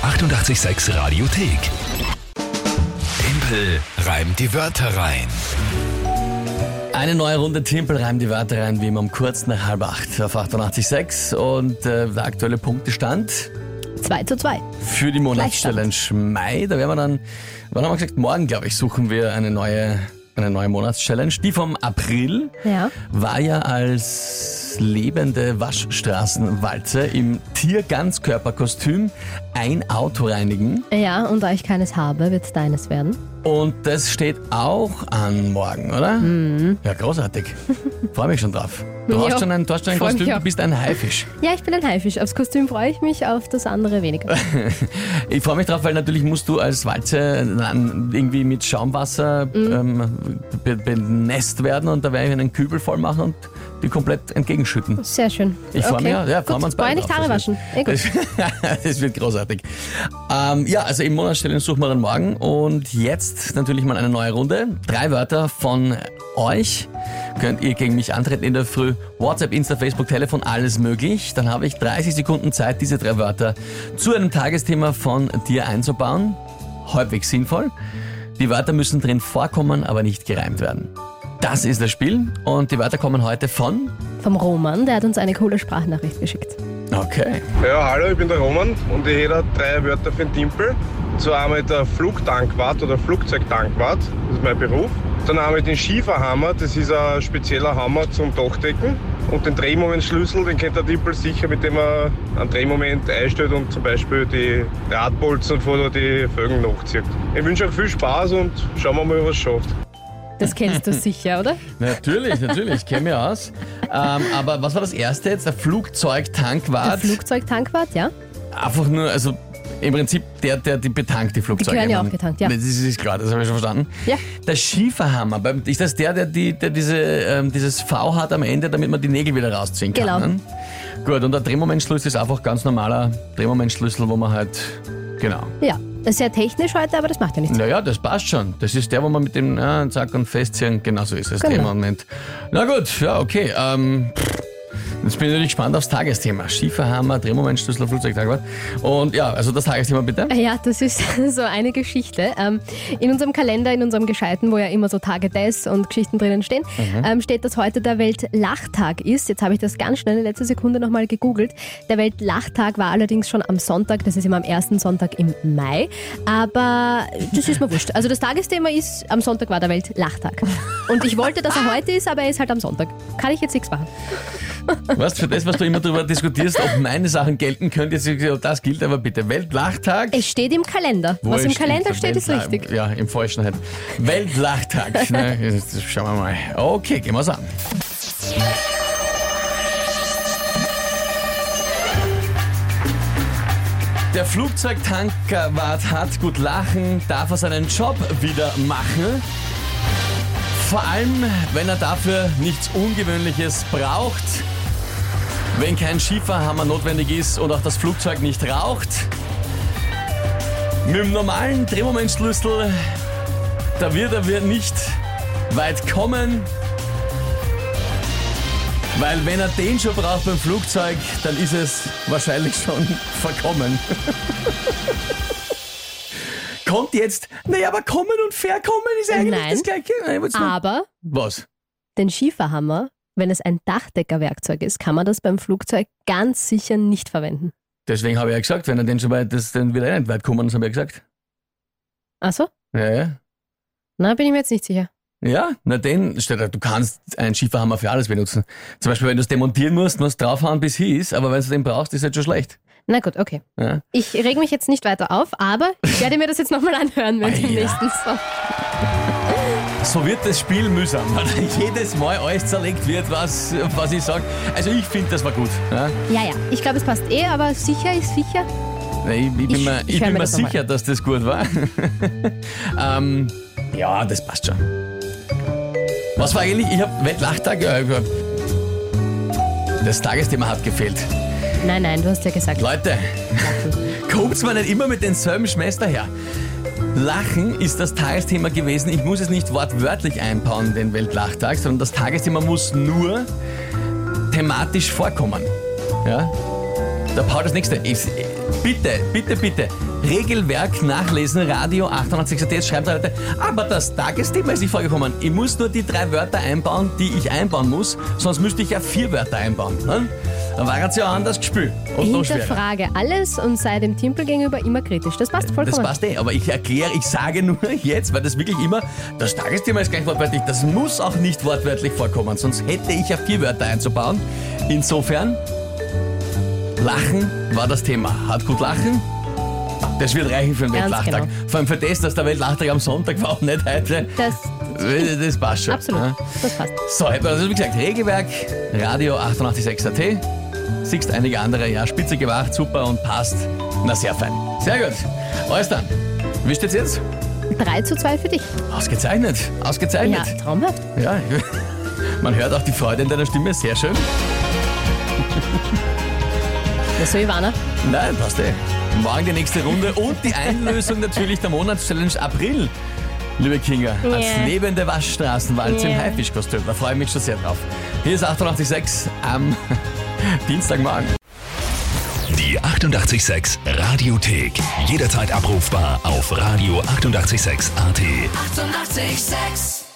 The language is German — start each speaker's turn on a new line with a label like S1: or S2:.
S1: 886 Radiothek. Tempel reimt die Wörter rein.
S2: Eine neue Runde Timpel reimt die Wörter rein, wie immer um kurz nach 7:30 auf 88.6 und der aktuelle Punktestand
S3: 2:2.
S2: für die Monatschallenge Mai. Da werden wir dann, wann haben wir gesagt, morgen glaube ich, suchen wir eine neue Monatschallenge. Die vom April
S3: Ja.
S2: war ja als lebende Waschstraßenwalze im Tier-Ganzkörperkostüm ein Auto reinigen.
S3: Ja, und da ich keines habe, wird es deines werden.
S2: Und das steht auch an morgen, oder? Ja, großartig. Freue mich schon drauf. Du hast
S3: Ja,
S2: schon ein
S3: freu mich
S2: Kostüm, du
S3: auch.
S2: bist ein Haifisch.
S3: Ja, ich bin ein Haifisch. Aufs Kostüm freue ich mich, auf das andere weniger.
S2: Ich freue mich drauf, weil natürlich musst du als Walze irgendwie mit Schaumwasser benässt werden und da werde ich einen Kübel voll machen und die komplett entgegenschütten.
S3: Sehr schön.
S2: Ich freue mich, ja, freuen wir uns
S3: Gut, brauche
S2: beide
S3: ich nicht
S2: drauf.
S3: Haare waschen. Gut.
S2: Das wird großartig. Ja, also im Monatschallenge suchen wir dann morgen und jetzt natürlich mal eine neue Runde. 3 Wörter von euch könnt ihr gegen mich antreten in der Früh. WhatsApp, Insta, Facebook, Telefon, alles möglich. Dann habe ich 30 Sekunden Zeit, diese 3 Wörter zu einem Tagesthema von dir einzubauen. Halbwegs sinnvoll. Die Wörter müssen drin vorkommen, aber nicht gereimt werden. Das ist das Spiel und die Wörter kommen heute von...
S3: Vom Roman, der hat uns eine coole Sprachnachricht geschickt.
S2: Okay.
S4: Ja, hallo, ich bin der Roman und ich hätte 3 Wörter für den Timpel. Und zwar einmal der Flugtankwart oder Flugzeugtankwart, das ist mein Beruf. Dann einmal den Schieferhammer, das ist ein spezieller Hammer zum Dachdecken. Und den Drehmomentschlüssel, den kennt der Timpel sicher, mit dem er einen Drehmoment einstellt und zum Beispiel die Radbolzen vor die Vögel nachzieht. Ich wünsche euch viel Spaß und schauen wir mal, was es schafft.
S3: Das kennst du sicher, oder?
S2: Natürlich, kenne mich aus. Aber was war das erste jetzt? Der
S3: Der
S2: Flugzeugtankwart?
S3: Flugzeugtankwart, ja.
S2: Einfach nur, also im Prinzip der die betankt die Flugzeuge.
S3: Die gehören ja auch getankt, ja.
S2: Das ist klar, das habe ich schon verstanden.
S3: Ja.
S2: Der Schieferhammer, ist das der dieses V hat am Ende, damit man die Nägel wieder rausziehen kann?
S3: Genau.
S2: Ne? Gut, und der Drehmomentschlüssel ist einfach ganz normaler Drehmomentschlüssel, wo man halt, genau.
S3: Ja, das ist sehr technisch heute, aber das macht ja nichts.
S2: Naja, das passt schon. Das ist der, wo man mit dem Zack und festziehen, genau so ist es.
S3: Genau.
S2: Drehmoment. Na gut, ja, okay. Jetzt bin ich natürlich gespannt aufs Tagesthema. Schieferhammer, Drehmomentschlüssel, Flugzeugtankwart. Und ja, also das Tagesthema bitte.
S3: Ja, das ist so eine Geschichte. In unserem Kalender, in unserem Gescheiten, wo ja immer so Tage des und Geschichten drinnen stehen, steht, dass heute der Weltlachtag ist. Jetzt habe ich das ganz schnell in letzter Sekunde nochmal gegoogelt. Der Weltlachtag war allerdings schon am Sonntag, das ist immer am ersten Sonntag im Mai. Aber das ist mir wurscht. Also das Tagesthema ist, am Sonntag war der Weltlachtag. Und ich wollte, dass er heute ist, aber er ist halt am Sonntag. Kann ich jetzt nichts machen.
S2: Weißt du, für das, was du immer darüber diskutierst, ob meine Sachen gelten können, jetzt ob das gilt, aber bitte. Weltlachtag.
S3: Es steht im Kalender. Was im Kalender steht, ist richtig.
S2: Ja, im Falschen halt. Weltlachtag. Ne? Jetzt schauen wir mal. Okay, gehen wir's an. Der Flugzeugtankwart hat gut lachen, darf er seinen Job wieder machen. Vor allem, wenn er dafür nichts Ungewöhnliches braucht. Wenn kein Schieferhammer notwendig ist und auch das Flugzeug nicht raucht. Mit dem normalen Drehmomentschlüssel, da wird er nicht weit kommen. Weil wenn er den schon braucht beim Flugzeug, dann ist es wahrscheinlich schon verkommen. Kommt jetzt, naja, aber kommen und verkommen ist eigentlich
S3: Nein.
S2: das Gleiche. Nein,
S3: Aber
S2: was?
S3: den Schieferhammer, wenn es ein Dachdeckerwerkzeug ist, kann man das beim Flugzeug ganz sicher nicht verwenden.
S2: Deswegen habe ich ja gesagt, wenn er den schon weit, dann wird er nicht weit kommen, das habe ich ja gesagt.
S3: Ach so?
S2: Ja.
S3: Na, bin ich mir jetzt nicht sicher.
S2: Ja, na den, du kannst einen Schieferhammer für alles benutzen. Zum Beispiel, wenn du es demontieren musst draufhauen, bis hieß, aber wenn du den brauchst, ist es schon schlecht.
S3: Na gut, okay.
S2: Ja.
S3: Ich reg mich jetzt nicht weiter auf, aber ich werde mir das jetzt nochmal anhören, wenn
S2: Ah,
S3: es im
S2: ja.
S3: nächsten Song.
S2: So wird das Spiel mühsam, weil jedes Mal alles zerlegt wird, was ich sage. Also ich finde, das war gut. Ja?
S3: Ja, ich glaube, es passt aber sicher ist sicher.
S2: Ich bin mir,
S3: ich höre mir das
S2: sicher,
S3: nochmal.
S2: dass das gut war. Ja, das passt schon. Was war eigentlich? Ich habe Weltlachtag. Das Tagesthema hat gefehlt.
S3: Nein, du hast ja gesagt.
S2: Leute, kommt's mir nicht immer mit denselben Schmäß daher. Lachen ist das Tagesthema gewesen. Ich muss es nicht wortwörtlich einbauen, den Weltlachtag, sondern das Tagesthema muss nur thematisch vorkommen. Ja? Der Paul, das nächste. Bitte, bitte, bitte. Regelwerk nachlesen, Radio 88. Jetzt schreibt Leute, aber das Tagesthema ist nicht vorgekommen. Ich muss nur die 3 Wörter einbauen, die ich einbauen muss, sonst müsste ich ja 4 Wörter einbauen. Ne? Dann war es ja anders gespielt. Und noch schwerer.
S3: Hinterfrage alles und sei dem Timpel gegenüber immer kritisch. Das passt vollkommen.
S2: Das passt aber ich sage nur jetzt, weil das wirklich immer, das Tagesthema ist gleich wortwörtlich, das muss auch nicht wortwörtlich vorkommen, sonst hätte ich ja 4 Wörter einzubauen. Insofern, Lachen war das Thema. Hat gut lachen? Das wird reichen für den Weltlachtag.
S3: Genau.
S2: Vor allem für das, dass der Weltlachtag am Sonntag war und nicht heute. Das passt schon.
S3: Absolut,
S2: Ja.
S3: das passt.
S2: So, also wie gesagt, Regelwerk, Radio 886.at. Siehst einige andere, ja, spitze gemacht, super und passt. Na, sehr fein. Sehr gut. Alles dann. Wie steht's jetzt?
S3: 3:2 für dich.
S2: Ausgezeichnet. Ausgezeichnet.
S3: Ja, traumhaft.
S2: Ja, man hört auch die Freude in deiner Stimme. Sehr schön.
S3: Das so, Ivana.
S2: Nein, passt eh. Morgen die nächste Runde und die Einlösung natürlich der Monatschallenge April. Liebe Kinga, als lebende Waschstraßenwalze im Haifischkostüm. Da freue ich mich schon sehr drauf. Hier ist 88.6 am Dienstagmorgen.
S1: Die 88.6 Radiothek. Jederzeit abrufbar auf radio886.at. 88.6.
S5: Eighty-eight, 6.